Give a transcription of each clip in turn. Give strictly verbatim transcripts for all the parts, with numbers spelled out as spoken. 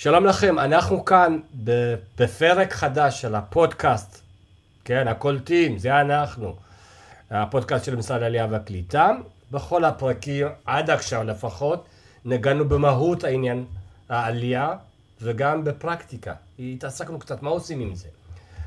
שלום לכם, אנחנו כאן בפרק חדש של הפודקאסט, כן, הקולטים, זה אנחנו, הפודקאסט של משרד העלייה והקליטה. בכל הפרקים, עד עכשיו לפחות, נגענו במהות העניין העלייה וגם בפרקטיקה. התעסקנו קצת, מה עושים עם זה?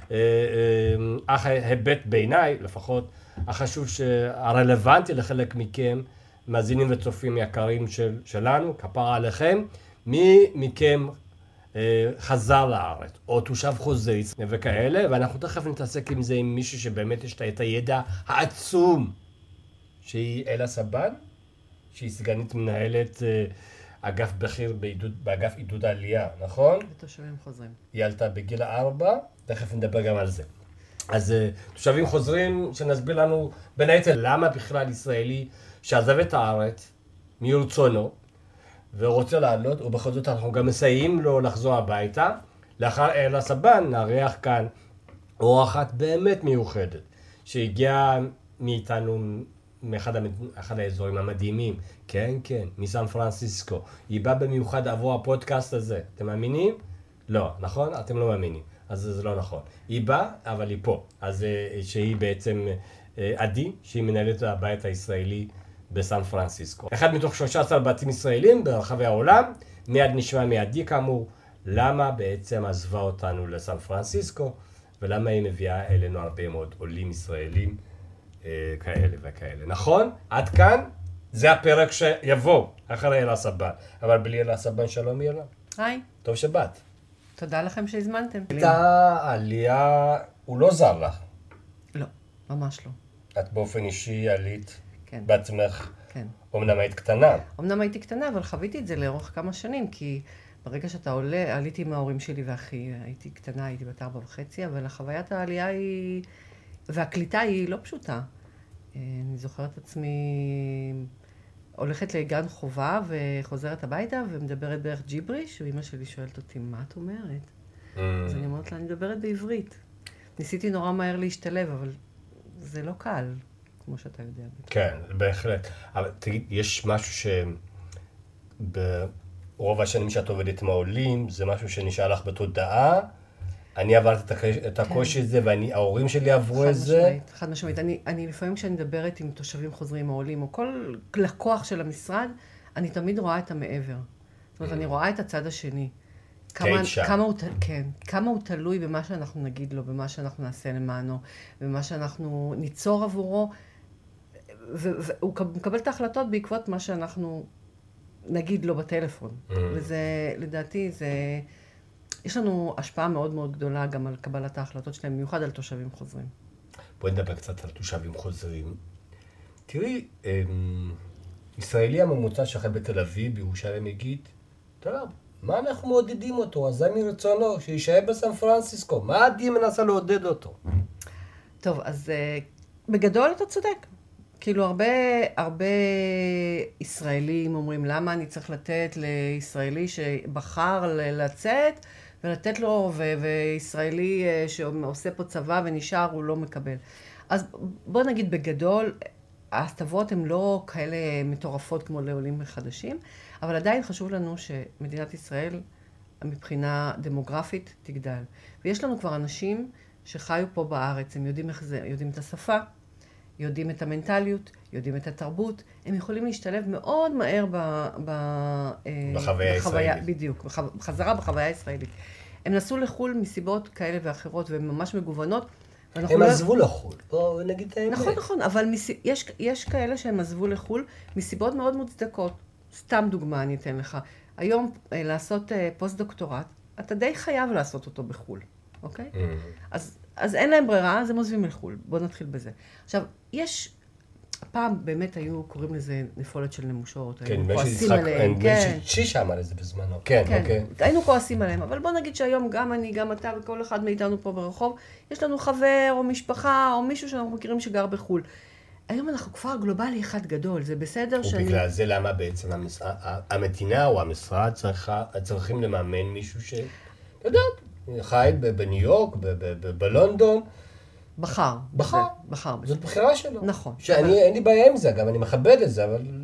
אך היבט בעיניי, לפחות, החשוב שהרלוונטי לחלק מכם, מאזינים וצופים יקרים של, שלנו, כפרה עליכם, מי מכם אה, חזר לארץ, או תושב חוזר וכאלה, ואנחנו תכף נתעסק עם זה עם מישהו שבאמת יש את הידע העצום, שהיא אלה סבן, שהיא סגנית מנהלת אה, אגף בכיר בעידוד, באגף עידוד העלייה, נכון? ותושבים חוזרים. היא עלתה בגיל ארבע, תכף נדבר גם על זה. אז אה, תושבים חוזרים, שנסביר לנו בין היתר למה בכלל ישראלי שעזב את הארץ מרצונו, ורוצה לעלות, ובכל זאת אנחנו גם מסייעים לו לחזור הביתה. לאחר אלה סבן נארח כאן אורחת באמת מיוחדת, שהגיעה מאיתנו מאחד אחד האזורים המדהימים, כן, כן, מסן פרנסיסקו. היא באה במיוחד עבור הפודקאסט הזה. אתם מאמינים? לא, נכון? אתם לא מאמינים. אז זה לא נכון. היא באה, אבל היא פה. אז שהיא בעצם עדי, שהיא מנהלת הבית הישראלי בסן פרנסיסקו. אחד מתוך שלושה עשר בתים ישראלים ברחבי העולם, מיד נשמע מעדי כאמור, למה בעצם עזבה אותנו לסן פרנסיסקו, ולמה היא מביאה אלינו הרבה מאוד עולים ישראלים אה, כאלה וכאלה. נכון? עד כאן זה הפרק שיבוא אחרי אלה סבן. אבל בלי אלה סבן, שלום יאללה. היי. טוב שבאת. תודה לכם שהזמנתם. הייתה עלייה, הוא לא זר לך. לא, ממש לא. את באופן אישי עלית. כן. בעצמך, כן. אומנם היית קטנה. אמנם הייתי קטנה, אבל חוויתי את זה לאורך כמה שנים, כי ברגע שאתה עולה, עליתי עם ההורים שלי ואחי, הייתי קטנה, הייתי בת ארבע וחצי, אבל החוויית העלייה היא, והקליטה היא לא פשוטה. אני זוכרת עצמי הולכת לגן חובה וחוזרת הביתה ומדברת בערך ג'יבריש, ואמא שלי שואלת אותי, מה את אומרת? Mm. אז אני אומרת לה, אני מדברת בעברית. ניסיתי נורא מהר להשתלב, אבל זה לא קל. כמו שאתה יודע. כן, בהחלט. אבל תגיד, יש משהו שברוב השנים שאת עובדת עם העולים, זה משהו שנשאר לך בתודעה. אני עברתי את הקושי הזה, וההורים שלי עברו את זה. חד משמעית, חד משמעית. אני, אני לפעמים כשאני מדברת עם תושבים חוזרים, העולים, או כל לקוח של המשרד, אני תמיד רואה את המעבר. זאת אומרת, אני רואה את הצד השני. כמה, כמה הוא, כן, כמה הוא תלוי במה שאנחנו נגיד לו, במה שאנחנו נעשה למענו, במה שאנחנו ניצור עבורו, והוא מקבל את ההחלטות בעקבות מה שאנחנו נגיד לו בטלפון. Mm. וזה, לדעתי, זה, יש לנו השפעה מאוד מאוד גדולה גם על קבלת ההחלטות שלהם, במיוחד על תושבים חוזרים. בואי נדבר קצת על תושבים חוזרים. תראי, ישראלי הממוצע שחי בתל אביב, בירושלים יגיד, טוב, מה אנחנו מעודדים אותו? אז זה מרצונו, שישאר בסן פרנסיסקו. מה עדי מנסה לעודד אותו? טוב, אז בגדול אתה צודק. כאילו הרבה, הרבה ישראלים אומרים, למה אני צריך לתת לישראלי שבחר לצאת, ולתת לו, ו- וישראלי שעושה פה צבא ונשאר, הוא לא מקבל. אז בוא נגיד בגדול, ההטבות הן לא כאלה מטורפות כמו לעולים חדשים, אבל עדיין חשוב לנו שמדינת ישראל, מבחינה דמוגרפית, תגדל. ויש לנו כבר אנשים שחיו פה בארץ, הם יודעים איך זה, יודעים את השפה, יודעים את המנטליות, יודעים את התרבות, הם יכולים להשתלב מאוד מהר ב, ב, בחוויה הישראלית. בדיוק, בחזרה בחוויה הישראלית. הם נסעו לחול מסיבות כאלה ואחרות, והן ממש מגוונות. הם עזבו לחול, בואו נגיד את האמת. נכון, נכון, אבל מס... יש, יש כאלה שהם עזבו לחול מסיבות מאוד מוצדקות. סתם דוגמה אני אתן לך. היום לעשות פוסט-דוקטורט, אתה די חייב לעשות אותו בחול, אוקיי? Mm. אז... אז אין להם ברירה, אז הם עוזבים לחול. בואו נתחיל בזה. עכשיו, יש, הפעם באמת היו קוראים לזה נפולת של נמושות, כן, היינו כועסים עליהם. כן, שיש אמר לזה בזמנו. כן, כן, אוקיי. היינו כועסים עליהם, אבל בואו נגיד שהיום גם אני, גם אתה וכל אחד מאיתנו פה ברחוב, יש לנו חבר או משפחה או מישהו שאנחנו מכירים שגר בחול. היום אנחנו כפר גלובלי אחד גדול, זה בסדר שאני... ובגלל זה למה בעצם המדינה או המשרד צריכים לממן מישהו ש... אתה יודע, חי בניו יורק, בלונדון. בחר. בחר. בחר. זאת בחירה שלו. נכון. שאני, אין לי בעיה עם זה, גם אני מכבד את זה, אבל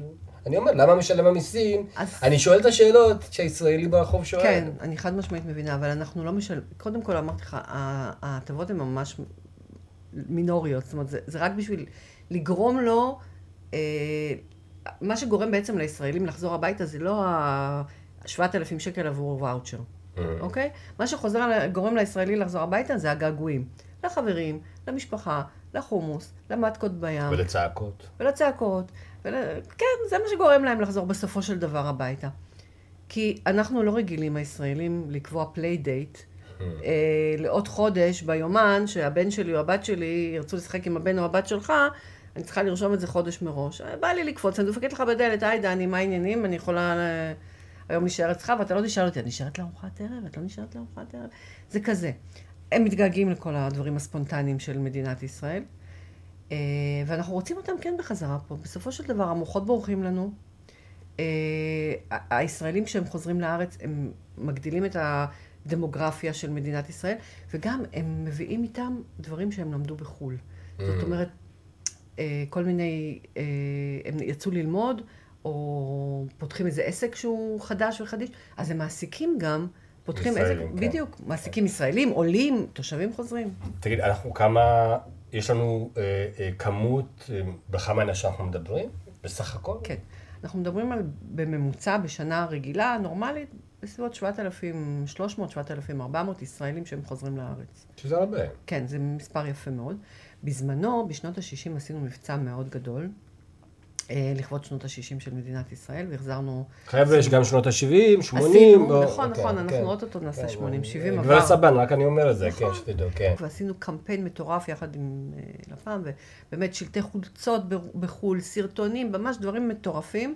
אני אומר, למה משלם המיסים? אז- אני שואל את השאלות שהישראלי ברחוב שואל. כן, אני חד משמעית מבינה, אבל אנחנו לא משל... קודם כל אמרתי לך, ה- ההטבות הן ממש מינוריות, זאת אומרת, זה, זה רק בשביל לגרום לו, אה, מה שגורם בעצם לישראלים לחזור הביתה זה לא ה-שבעת אלפים שקל עבור ואוצ'ר, אוקיי? מה שחוזר, גורם לישראלי לחזור הביתה זה הגעגועים, לחברים, למשפחה, לחומוס, למטקות בים. ולצעקות. ולצעקות. ול... כן, זה מה שגורם להם לחזור בסופו של דבר הביתה. כי אנחנו לא רגילים, הישראלים, לקבוע פליידייט אה, לעוד חודש ביומן, שהבן שלי או הבת שלי ירצו לשחק עם הבן או הבת שלך, אני צריכה לרשום את זה חודש מראש. בא לי לקפוץ, אני דופקת לך בדלת, היי דני, מה העניינים? אני יכולה אה, היום להישאר אצלך, ואתה לא נשאר אותי, את נשארת לארוחת ערב? את לא נשארת לארוחת ערב? זה כזה. הם מתגעגעים לכל הדברים הספונטניים של מדינת ישראל. אה, ואנחנו רוצים אותם כן בחזרה פה. בסופו של דבר, המוחות בורחים לנו. אה, הישראלים כשהם חוזרים לארץ, הם מגדילים את הדמוגרפיה של מדינת ישראל, וגם הם מביאים איתם דברים שהם למדו בחו"ל. זאת אומרת, אה, כל מיני, אה, הם יצאו ללמוד, או פותחים איזה עסק שהוא חדש וחדיש, אז הם מעסיקים גם, פותחים עסק, ישראלים, כן. בדיוק, מעסיקים ישראלים, עולים, תושבים חוזרים. תגיד, אנחנו כמה, יש לנו אה, אה, כמות, אה, בכמה אנשים אנחנו מדברים? בסך הכל? כן. אנחנו מדברים על, בממוצע, בשנה רגילה, נורמלית, בסביבות שבעת אלפים ושלוש מאות, שבעת אלפים וארבע מאות ישראלים שהם חוזרים לארץ. שזה הרבה. כן, זה מספר יפה מאוד. בזמנו, בשנות ה-שישים עשינו מבצע מאוד גדול, אה, לכבוד שנות ה-שישים של מדינת ישראל, והחזרנו... חבר'ה, יש גם שנות ה-שבעים, שמונים. עשינו, בוא, נכון, אוקיי, נכון, אנחנו כן. אוטוטו נעשה כן, שמונים, שבעים עבר. גברת סבן, רק אני אומר את זה, נכון. כן, שתדעו, כן. ועשינו קמפיין מטורף יחד עם אה, לפ"ם, ובאמת שלטי חולצות ב- בחו"ל, סרטונים, ממש דברים מטורפים.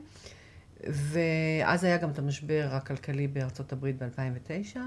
ואז היה גם את המשבר הכלכלי בארצות הברית ב-אלפיים ותשע,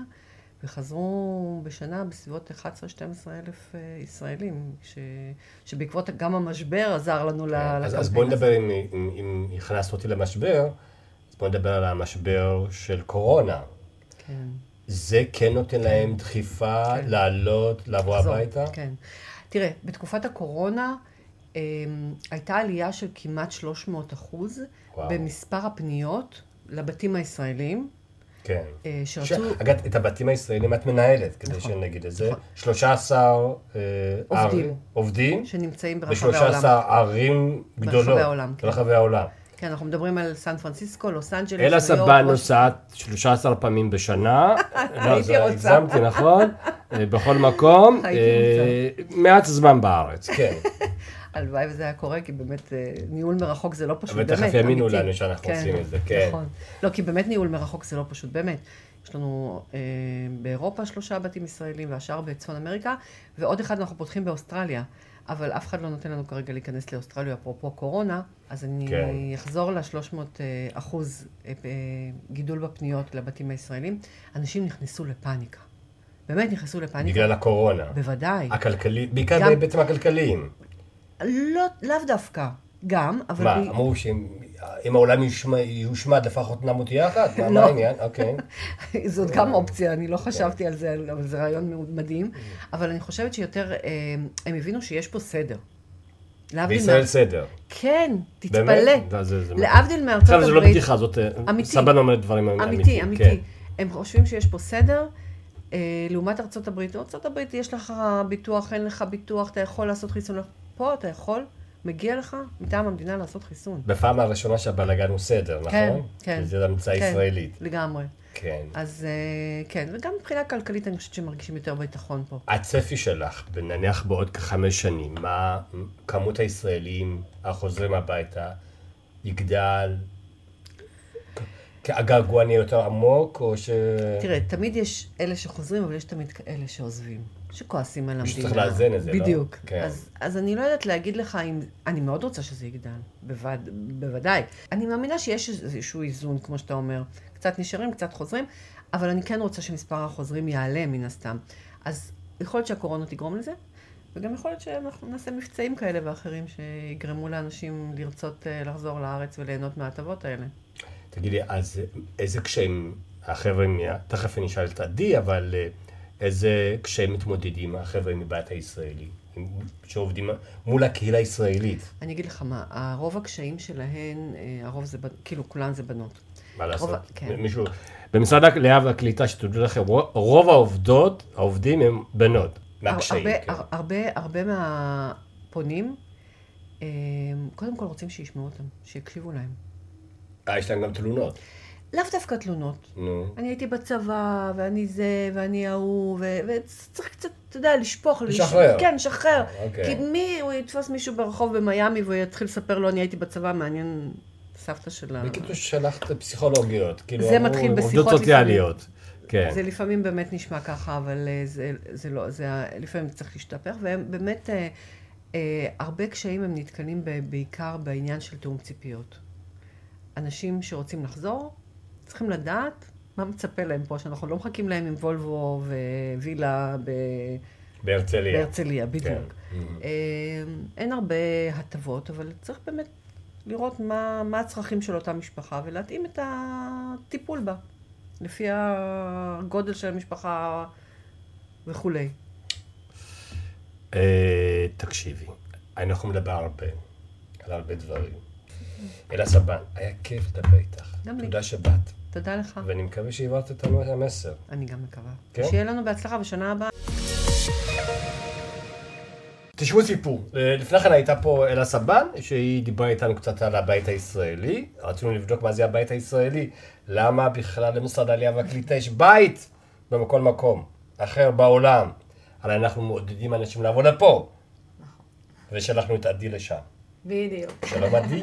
וחזרו בשנה בסביבות אחת עשרה שתים עשרה אלף אה, ישראלים, ש... שבעקבות גם המשבר עזר לנו ל- לקמפיין אז, הזה. אז בוא נדבר, אם, אם, אם הכנסת אותי למשבר, אז בוא נדבר על המשבר של קורונה. כן. זה כן נותן להם דחיפה כן. לעלות, לעבור לחזור, הביתה? כן. תראה, בתקופת הקורונה אה, הייתה עלייה של כמעט שלוש מאות אחוז וואו. במספר הפניות לבתים הישראלים, כן. אה, ש... שרצו... אגב, את הבתים הישראלים את מנהלת, כדי נכון, שנגיד את זה. נכון. שלושה עשר אה, עובדים. ערים- עובדים, שנמצאים ברחבי ב-שלושה העולם. עשר ערים גדולות. ברחבי העולם, כן. ברחבי העולם. כן, אנחנו מדברים על סן פרנסיסקו, לוס אנג'לס, אלה ניו יורק, סבן וושינגטון. נוסעת שלושה עשר פעמים בשנה. הייתי זה רוצה. הגזמתי, נכון? אה, בכל מקום. הייתי אה, מעט זמן בארץ, כן. הלוואי וזה היה קורה, כי באמת אה, ניהול מרחוק זה לא פשוט, אבל באמת, תכף יאמינו אמיתי. לנו שאנחנו כן, עושים את זה, כן. נכון. לא, כי באמת ניהול מרחוק זה לא פשוט, באמת. יש לנו אה, באירופה שלושה בתים ישראלים והשאר בצפון אמריקה, ועוד אחד אנחנו פותחים באוסטרליה, אבל אף אחד לא נותן לנו כרגע להיכנס לאוסטרליה, אפרופו קורונה, אז אני כן. אחזור ל-שלוש מאות אחוז אה, אה, גידול בפניות לבתים הישראלים. אנשים נכנסו לפאניקה. באמת נכנסו לפאניקה. בגלל הקורונה. בוודאי. הכלכלי, בעיקר גם- בהיבטים הכלכליים. לא, לאו דווקא. גם, אבל... מה, ב- אמרו שאם העולם יושמד, יושמד לפחות נמות יחד? מה- לא. מה העניין? אוקיי. זאת גם אופציה, אני לא חשבתי על זה, אבל זה רעיון מאוד מדהים. אבל אני חושבת שיותר, אה, הם הבינו שיש פה סדר. להבדיל בישראל מה- סדר. כן, תתפלא. באמת? לא, זה- זה- להבדיל מארצות עכשיו זה לא הברית. בדיחה, זאת... אמיתי. סבן אומרת דברים אמיתי, אמיתיים. אמיתי. כן. הם חושבים שיש פה סדר. אה, לעומת ארצות הברית, בארצות הברית יש לך ביטוח, אין לך ביטוח, אתה יכול לעשות חיסון. פה אתה יכול, מגיע לך מטעם המדינה לעשות חיסון. בפעם הראשונה שהבלגן הוא סדר, כן, נכון? כן. זה המצאה כן, ישראלית. לגמרי. כן. אז אה, כן, וגם מבחינה כלכלית אני חושבת שמרגישים יותר ביטחון פה. הצפי שלך, נניח בעוד כחמש שנים, מה כמות הישראלים החוזרים הביתה יגדל? הגעגוע נהיה יותר עמוק, או ש... תראה, תמיד יש אלה שחוזרים, אבל יש תמיד כאלה שעוזבים, שכועסים על המדינה. שצריך לאזן את זה, לא? בדיוק. כן. אז, אז אני לא יודעת להגיד לך אם... אני מאוד רוצה שזה יגדל, בווד... בוודאי. אני מאמינה שיש איזשהו איזון, כמו שאתה אומר. קצת נשארים, קצת חוזרים, אבל אני כן רוצה שמספר החוזרים יעלה מן הסתם. אז יכול להיות שהקורונה תגרום לזה, וגם יכול להיות שאנחנו נעשה מבצעים כאלה ואחרים שיגרמו לאנשים לרצות אה, לחזור לארץ וליהנות מההטבות האלה. תגידי, אז איזה קשיים החבר'ה, תכף אני אשאל את עדי, אבל איזה קשיים מתמודדים החבר'ה מבית הישראלי, שעובדים מול הקהילה הישראלית? אני אגיד לך מה, הרוב הקשיים שלהן, הרוב זה, כאילו כולן זה בנות. מה לעשות? רוב, כן. מישהו, במשרד העלייה והקליטה, שתדעו לכם, רוב העובדות, העובדים הם בנות, מהקשיים. הרבה, כן. הרבה, הרבה מהפונים, קודם כל רוצים שישמעו אותם, שיקשיבו להם. אה, יש להם גם תלונות. לאו דווקא תלונות. נו. אני הייתי בצבא, ואני זה, ואני ההוא, וצריך קצת, אתה יודע, לשפוך. לשחרר. כן, לשחרר. אוקיי. כי מי, הוא יתפוס מישהו ברחוב במיימי, והוא יתחיל לספר לו, אני הייתי בצבא, מעניין סבתא שלה. בקיצור שלחת פסיכולוגיות. כאילו, זה מתחיל בשיחות עובדות סוציאליות. כן. זה לפעמים באמת נשמע ככה, אבל זה, זה לא, זה לפעמים צריך להשתפר, והם באמת, אה, אה, הרבה קשיים הם נתקלים ב, בעיקר בעניין של תאום ציפיות. אנשים שרוצים לחזור, צריכים לדעת מה מצפה להם פה, שאנחנו לא מחכים להם עם וולבו ווילה ב... בהרצליה. בהרצליה, בדיוק. כן. אין הרבה הטבות, אבל צריך באמת לראות מה, מה הצרכים של אותה משפחה, ולהתאים את הטיפול בה, לפי הגודל של המשפחה וכולי. תקשיבי, אנחנו מדבר הרבה, על הרבה דברים. אלה סבן, היה כיף לדבר איתך. גם לי. תודה שבאת. תודה לך. ואני מקווה שהעברת אותנו את המסר. אני גם מקווה. כן? שיהיה לנו בהצלחה בשנה הבאה. תשמעו סיפור. לפני כן הייתה פה אלה סבן, שהיא דיברה איתנו קצת על הבית הישראלי. רצינו לבדוק מה זה הבית הישראלי. למה בכלל למשרד העלייה והקליטה יש בית בכל מקום אחר בעולם. אבל אנחנו מעודדים אנשים לעבוד לפה. נכון. ושלחנו את עדי לשם. בדיוק. שלום עדי.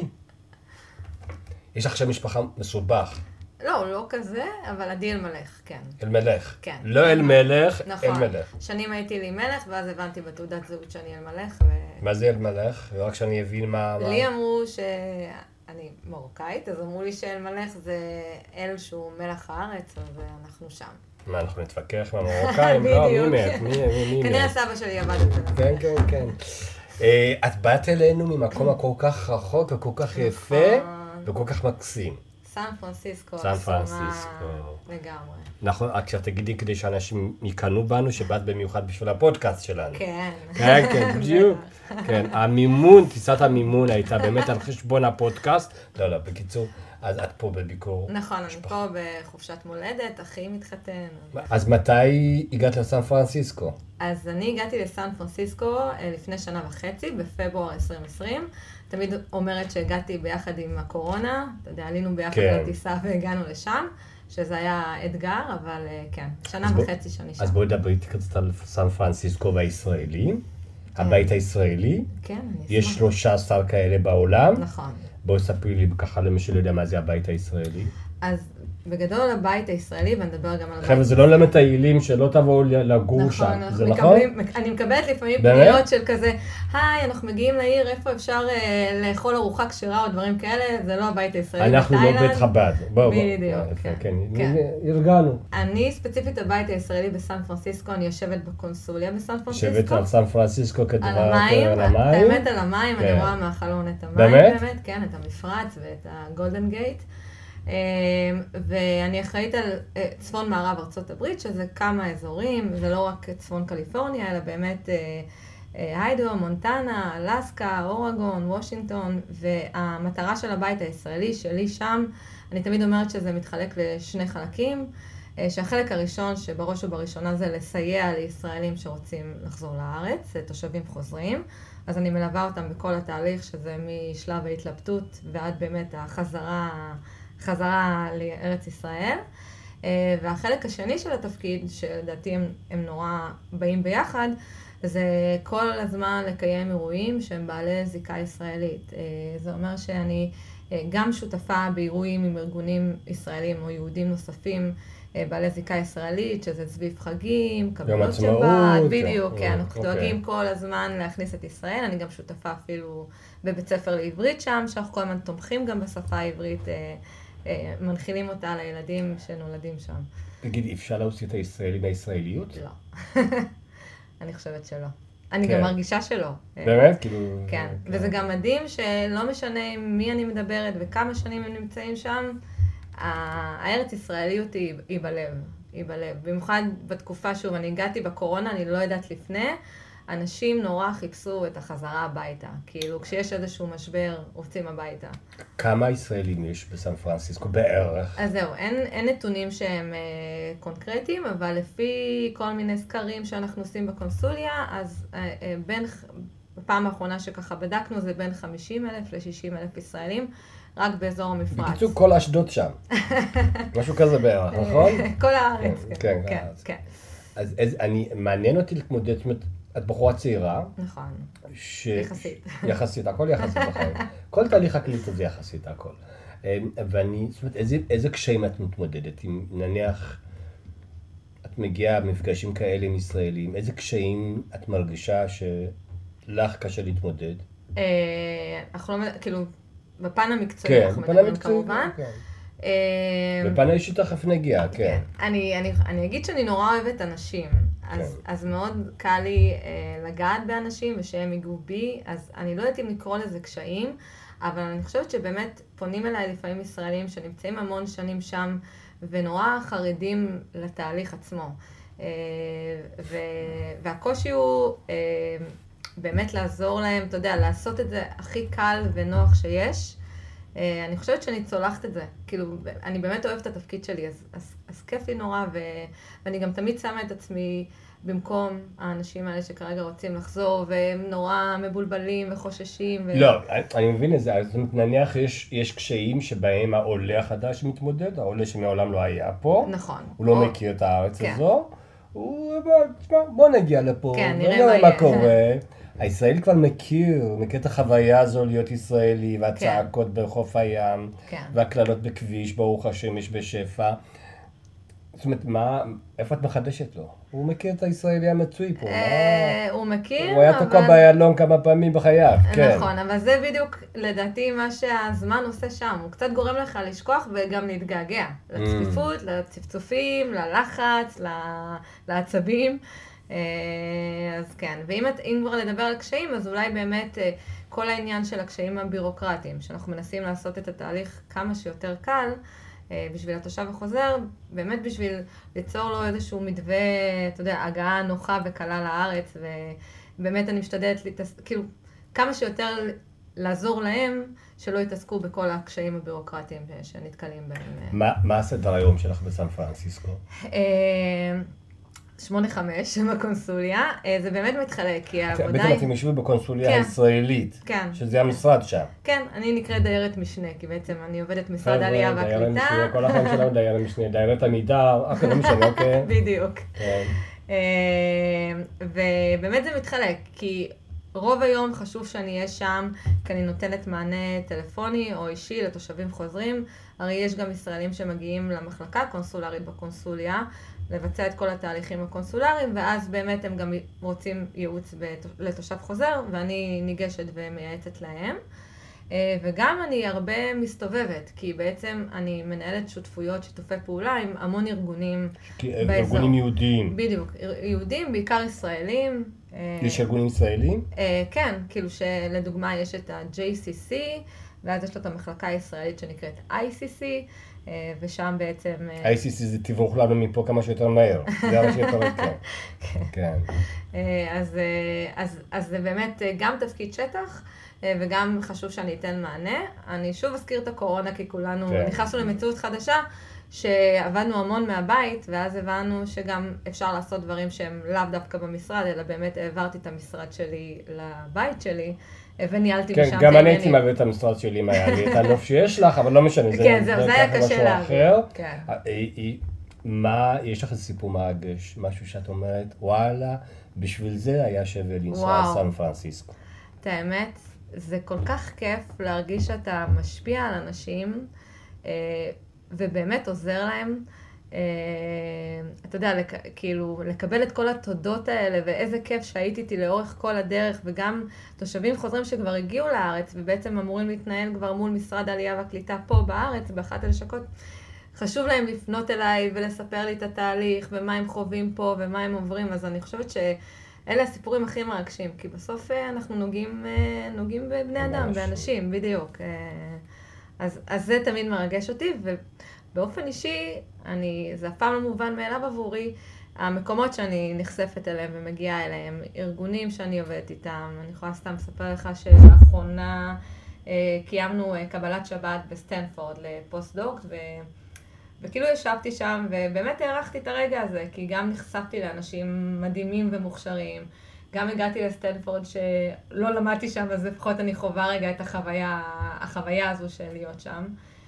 יש לך שם משפחה מסובך. לא, לא כזה, אבל עדי אלמלך, כן. אלמלך. כן. לא אלמלך, נכון. אלמלך. שנים הייתי לי מלך, ואז הבנתי בתעודת זהות שאני אלמלך, ו... מה זה אלמלך? רק שאני אבין מה... לי אמרו שאני מרוקאית, אז אמרו לי שאלמלך זה אל שהוא מלח הארץ, אז אנחנו שם. מה, אנחנו נתווכח עם המרוקאים? לא, מי מת? מי מי מת? כנראה סבא שלי עבד אצלנו. כן, כן, כן. את באת אלינו ממקום הכל כך רחוק וכל כך יפה וכל כך מקסים. סן פרנסיסקו. סן פרנסיסקו. לגמרי. נכון, עכשיו תגידי כדי שאנשים יקנו בנו, שבאת במיוחד בשביל הפודקאסט שלנו. כן. כן, כן, בדיוק. כן, המימון, טיסת המימון הייתה באמת על חשבון הפודקאסט. לא, לא, בקיצור, אז את פה בביקור. נכון, אני פה בחופשת מולדת, אחי מתחתן. אז מתי הגעת לסן פרנסיסקו? אז אני הגעתי לסן פרנסיסקו לפני שנה וחצי, בפברואר עשרים עשרים. תמיד אומרת שהגעתי ביחד עם הקורונה, אתה יודע, עלינו ביחד כן. לטיסה והגענו לשם, שזה היה אתגר, אבל כן, שנה וחצי שאני שם. אז בואי דברי איתי קצת על סן פרנסיסקו והישראלים, הבית הישראלי. כן, אני אשמח. יש שלושה עשר כאלה בעולם. נכון. בואי ספרי לי ככה למי שלא יודע מה זה הבית הישראלי. אז בגדול הבית הישראלי, ונדבר גם על הבית... חבר'ה, זה לא למטיילים שלא תבואו לגור שם, זה נכון? אני מקבלת לפעמים באמת? פניות של כזה, היי, אנחנו מגיעים לעיר, איפה אפשר אה, לאכול ארוחה כשרה או דברים כאלה, זה לא הבית הישראלי אנחנו לא בית חב"ד. בואו, בואו. בדיוק, כן. כן, כן. הרגענו. אני ספציפית הבית הישראלי בסן פרנסיסקו, אני יושבת בקונסוליה בסן פרנסיסקו. יושבת על סן פרנסיסקו כדבר על המים, על המים. האמת על המים, כן. אני רואה מהחלון את המים באמת? באמת, כן, את המפרץ ואת הגולדן גייט. ואני אחראית על צפון מערב ארצות הברית, שזה כמה אזורים, זה לא רק צפון קליפורניה, אלא באמת היידו, מונטנה, אלסקה, אורגון, וושינגטון, והמטרה של הבית הישראלי שלי שם, אני תמיד אומרת שזה מתחלק לשני חלקים, שהחלק הראשון שבראש ובראשונה זה לסייע לישראלים שרוצים לחזור לארץ, תושבים חוזרים, אז אני מלווה אותם בכל התהליך, שזה משלב ההתלבטות ועד באמת החזרה, חזרה לארץ ישראל. והחלק השני של התפקיד, שלדעתי הם, הם נורא באים ביחד, זה כל הזמן לקיים אירועים שהם בעלי זיקה ישראלית. זה אומר שאני גם שותפה באירועים עם ארגונים ישראלים או יהודים נוספים, בעלי זיקה ישראלית, שזה סביב חגים, קבלות שבת, בדיוק, כן, אנחנו דואגים כל הזמן להכניס את ישראל, אני גם שותפה אפילו בבית ספר לעברית שם, שאנחנו כל הזמן תומכים גם בשפה העברית, מנחילים אותה לילדים שנולדים שם. תגידי, אפשר להוציא את הישראלי מהישראליות? לא. אני חושבת שלא. אני גם מרגישה שלא. באמת? כאילו... כן, וזה גם מדהים שלא משנה מי אני מדברת וכמה שנים הם נמצאים שם, הארץ ישראליות היא, היא בלב. היא בלב. במיוחד בתקופה, שוב, אני הגעתי בקורונה, אני לא יודעת לפני, אנשים נורא חיפשו את החזרה הביתה. כאילו, כשיש איזשהו משבר, רוצים הביתה. כמה ישראלים יש בסן פרנסיסקו בערך? אז זהו, אין, אין נתונים שהם אה, קונקרטיים, אבל לפי כל מיני סקרים שאנחנו עושים בקונסוליה, אז אה, אה, בין, בפעם האחרונה שככה בדקנו, זה בין חמישים אלף ל-שישים אלף ישראלים, רק באזור המפרץ. בקיצור, כל אשדוד שם. משהו כזה בערך, נכון? כל הארץ, כן, כן. כן, כן, אז- כן. אז אז אני, מעניין אותי להתמודד, זאת אומרת, את בחורה צעירה, נכון. ש... יחסית. יחסית, הכל יחסית בחיים. כל תהליך הקליט הזה יחסית, הכל. אמ, ואני, זאת אומרת, איזה, איזה קשיים את מתמודדת? אם נניח, את מגיעה במפגשים כאלה עם ישראלים, איזה קשיים את מרגישה שלך קשה להתמודד? אה, אנחנו לא, מד- כאילו, בפן המקצועי אנחנו בפן מדברים המקצועי, כמובן. כן. אה, בפן האישי תכף נגיע, כן. אני, אני, אני אגיד שאני נורא אוהבת אנשים, אז, כן. אז מאוד קל לי אה, לגעת באנשים ושהם ייגעו בי, אז אני לא יודעת אם לקרוא לזה קשיים, אבל אני חושבת שבאמת פונים אליי לפעמים ישראלים שנמצאים המון שנים שם, ונורא חרדים לתהליך עצמו. אה, ו, והקושי הוא אה, באמת לעזור להם, אתה יודע, לעשות את זה הכי קל ונוח שיש. אה, אני חושבת שאני צולחת את זה, כאילו, אני באמת אוהבת את התפקיד שלי, אז, אז, אז כיף לי נורא, ו, ואני גם תמיד שמה את עצמי במקום האנשים האלה שכרגע רוצים לחזור, והם נורא מבולבלים וחוששים. ו... לא, אני, אני מבין את זה, אז זאת אומרת, נניח יש, יש קשיים שבהם העולה החדש מתמודד, העולה שמעולם לא היה פה, נכון. הוא לא או... מכיר את הארץ כן. הזו, הוא אומר, תשמע, בוא נגיע לפה, כן, בוא נראה מה מה יהיה." קורה. הישראלי כבר מכיר, מכיר את החוויה הזו להיות ישראלי, והצעקות כן. בחוף הים, כן. והקללות בכביש, ברוך השם, יש בשפע. זאת אומרת, מה, איפה את מחדשת לו? הוא מכיר את הישראלי המצוי פה, מה? אה, הוא מכיר, הוא היה תקוע באיילון כמה פעמים בחייו, כן. נכון, אבל זה בדיוק לדעתי מה שהזמן עושה שם, הוא קצת גורם לך לשכוח וגם להתגעגע. לצפיפות, לצפצופים, ללחץ, ל- לעצבים. אה, אז כן, ואם את- אם כבר לדבר על קשיים, אז אולי באמת אה, כל העניין של הקשיים הבירוקרטיים, שאנחנו מנסים לעשות את התהליך כמה שיותר קל, אה, בשביל התושב החוזר, באמת בשביל ליצור לו איזשהו מתווה, אתה יודע, הגעה נוחה וקלה לארץ, ובאמת אני משתדלת, להתעס... כאילו, כמה שיותר לעזור להם, שלא יתעסקו בכל הקשיים הבירוקרטיים שנתקלים בהם. מה, מה הסדר היום שלך בסן פרנסיסקו? אה, שמונה חמש בקונסוליה, אה, זה באמת מתחלק, כי העבודה בעצם היא... אתם יושבים בקונסוליה כן. הישראלית, כן. שזה המשרד שם. כן, אני נקראת דיירת משנה, כי בעצם אני עובדת משרד חבר'ה, העלייה דיירי והקליטה. משנה, כל החיים שלנו דיירי משנה, דיירת עמידר, אוקיי, לא משנה, אוקיי. בדיוק. כן. אה, ובאמת זה מתחלק, כי רוב היום חשוב שאני אהיה שם, כי אני נותנת מענה טלפוני או אישי לתושבים חוזרים. הרי יש גם ישראלים שמגיעים למחלקה הקונסולרית בקונסוליה, לבצע את כל התהליכים הקונסולריים, ואז באמת הם גם רוצים ייעוץ לתושב חוזר, ואני ניגשת ומייעצת להם. וגם אני הרבה מסתובבת, כי בעצם אני מנהלת שותפויות, שיתופי פעולה עם המון ארגונים באזור. ארגונים יהודיים. בדיוק, יהודים, בעיקר ישראלים. יש ארגונים ישראלים? כן, כאילו שלדוגמה יש את ה-ג'יי סי סי, ואז יש לו את המחלקה הישראלית שנקראת איי סי סי, ושם בעצם... איי סי סי זה תברוך לנו מפה כמה שיותר מהר. זה מה שיותר כן. כן. אז, אז, אז זה באמת גם תפקיד שטח, וגם חשוב שאני אתן מענה. אני שוב אזכיר את הקורונה, כי כולנו כן. נכנסנו למציאות חדשה, שעבדנו המון מהבית, ואז הבנו שגם אפשר לעשות דברים שהם לאו דווקא במשרד, אלא באמת העברתי את המשרד שלי לבית שלי, וניהלתי כן, משם את גם אני העניינים. הייתי מעביר את המשרד שלי אם היה לי את הנוף שיש לך, אבל לא משנה, זה כן, זהו, זה היה ככה קשה משהו להעביר. אחר. כן. אה, אה, מה, יש לך איזה סיפור מרגש, משהו שאת אומרת, וואלה, בשביל זה היה שווה לנסוע וואו. לסן פרנסיסקו. את האמת, זה כל כך כיף להרגיש שאתה משפיע על אנשים, אה, ובאמת עוזר להם. אה, אתה יודע, לק, כאילו, לקבל את כל התודות האלה, ואיזה כיף שהייתי איתי לאורך כל הדרך, וגם תושבים חוזרים שכבר הגיעו לארץ, ובעצם אמורים להתנהל כבר מול משרד העלייה והקליטה פה בארץ, באחת הלשכות. חשוב להם לפנות אליי ולספר לי את התהליך, ומה הם חווים פה, ומה הם עוברים, אז אני חושבת שאלה הסיפורים הכי מרגשים, כי בסוף אנחנו נוגעים, נוגעים בבני אדם, באנשים, בדיוק. אז, אז זה תמיד מרגש אותי, באופן אישי, אני, זה אף פעם לא מובן מאליו עבורי, המקומות שאני נחשפת אליהם ומגיעה אליהם, ארגונים שאני עובדת איתם, אני יכולה סתם לספר לך שלאחרונה אה, קיימנו אה, קבלת שבת בסטנפורד לפוסט-דוקט, ו... וכאילו ישבתי שם ובאמת הערכתי את הרגע הזה, כי גם נחשפתי לאנשים מדהימים ומוכשרים, גם הגעתי לסטנפורד שלא למדתי שם, אז לפחות אני חווה רגע את החוויה, החוויה הזו של להיות שם.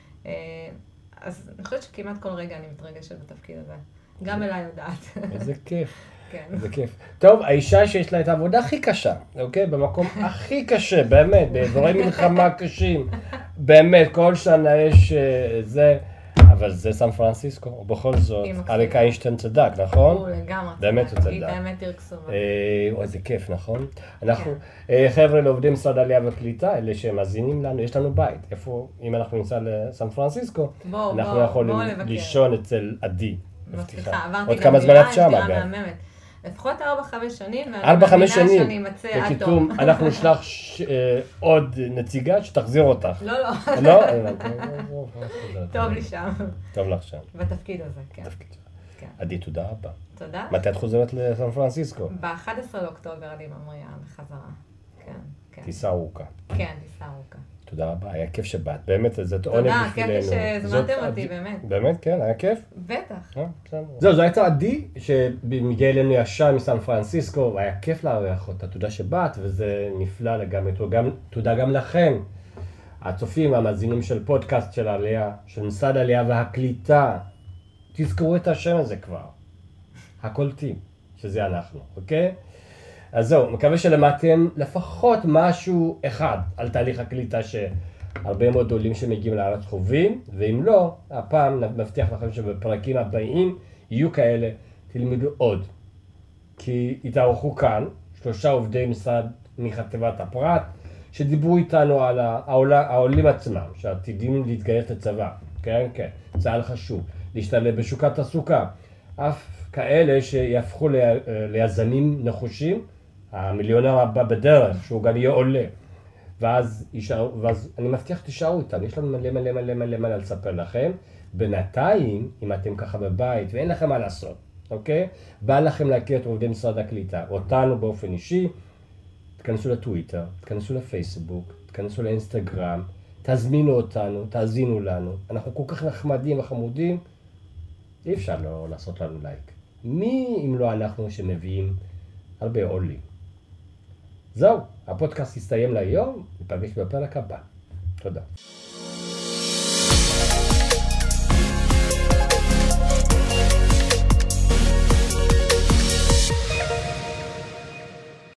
אז אני חושבת שכמעט כל רגע אני מתרגשת בתפקיד הזה. גם אליי יודעת. איזה כיף. כן. איזה כיף. טוב, האישה שיש לה את העבודה הכי קשה, אוקיי? במקום הכי קשה, באמת, באזורי מלחמה קשים. באמת, כל שנה יש זה, אבל זה סן פרנסיסקו, ובכל זאת, אריק איינשטיין צדק, נכון? הוא לגמרי. באמת הוא צדק. היא באמת תרקסומה. אוי, איזה כיף, נכון? אנחנו, חבר'ה, לעובדים משרד העלייה והקליטה, אלה שמאזינים לנו, יש לנו בית. איפה, אם אנחנו נמצא לסן פרנסיסקו, אנחנו יכולים לישון אצל עדי. מבטיחה, עברתי עוד גם כמה זמן את שם, דירה אגב? מהממת. לפחות ארבע חמש שנים, ארבע חמש ואני מאמינה שנים. שאני אמצא עד טוב. בקיצור, אנחנו נשלח ש- אה, עוד נציגה שתחזיר אותך. לא, לא. לא? טוב לי שם. טוב לך שם. בתפקיד הזה, כן. תפקיד שלך. כן. עדי, תודה רבה. תודה. מתי את חוזרת לסן פרנסיסקו? ב-אחד עשר לאוקטובר אני ממריה בחזרה. כן, כן. טיסה ארוכה. כן, טיסה ארוכה. תודה רבה, היה כיף שבאת. באמת, זאת עונג תודה, בשבילנו. כיף שהזמנתם זאת אותי, עדי- באמת. באמת, כן, היה כיף? בטח. אה, בסדר. זהו, זו הייתה עדי, שמגיעה אלינו ישר מסן פרנסיסקו, והיה כיף לארח אותה. תודה שבאת, וזה נפלא לגמרי. גם- תודה גם לכם, הצופים, המאזינים של פודקאסט של העלייה, של משרד העלייה והקליטה. תזכרו את השם הזה כבר. הקולטים, שזה אנחנו, אוקיי? אז זהו, מקווה שלמדתם לפחות משהו אחד על תהליך הקליטה שהרבה מאוד עולים שמגיעים לארץ חווים, ואם לא, הפעם מבטיח לכם שבפרקים הבאים יהיו כאלה, תלמדו עוד. כי התארחו כאן שלושה עובדי משרד מחטיבת הפרט, שדיברו איתנו על העולה, העולים עצמם, שעתידים להתגייס לצבא, כן, כן, צה"ל חשוב, להשתלב בשוק התעסוקה, אף כאלה שיהפכו ל- ליזמים נחושים, המיליונר הבא בדרך, שהוא גם יהיה עולה, ואז, יישאר, ואז אני מבטיח תישארו איתם, יש לנו מלא מלא מלא מלא מלא לספר לכם. בינתיים, אם אתם ככה בבית ואין לכם מה לעשות, אוקיי? בא לכם להכיר את עובדי משרד הקליטה, אותנו באופן אישי, תכנסו לטוויטר, תכנסו לפייסבוק, תכנסו לאינסטגרם, תזמינו אותנו, תאזינו לנו, אנחנו כל כך נחמדים וחמודים, אי אפשר לא לעשות לנו לייק. מי אם לא אנחנו שמביאים הרבה עולים. זהו, הפודקאסט יסתיים להיום, ניפגש בפרק הבא. תודה.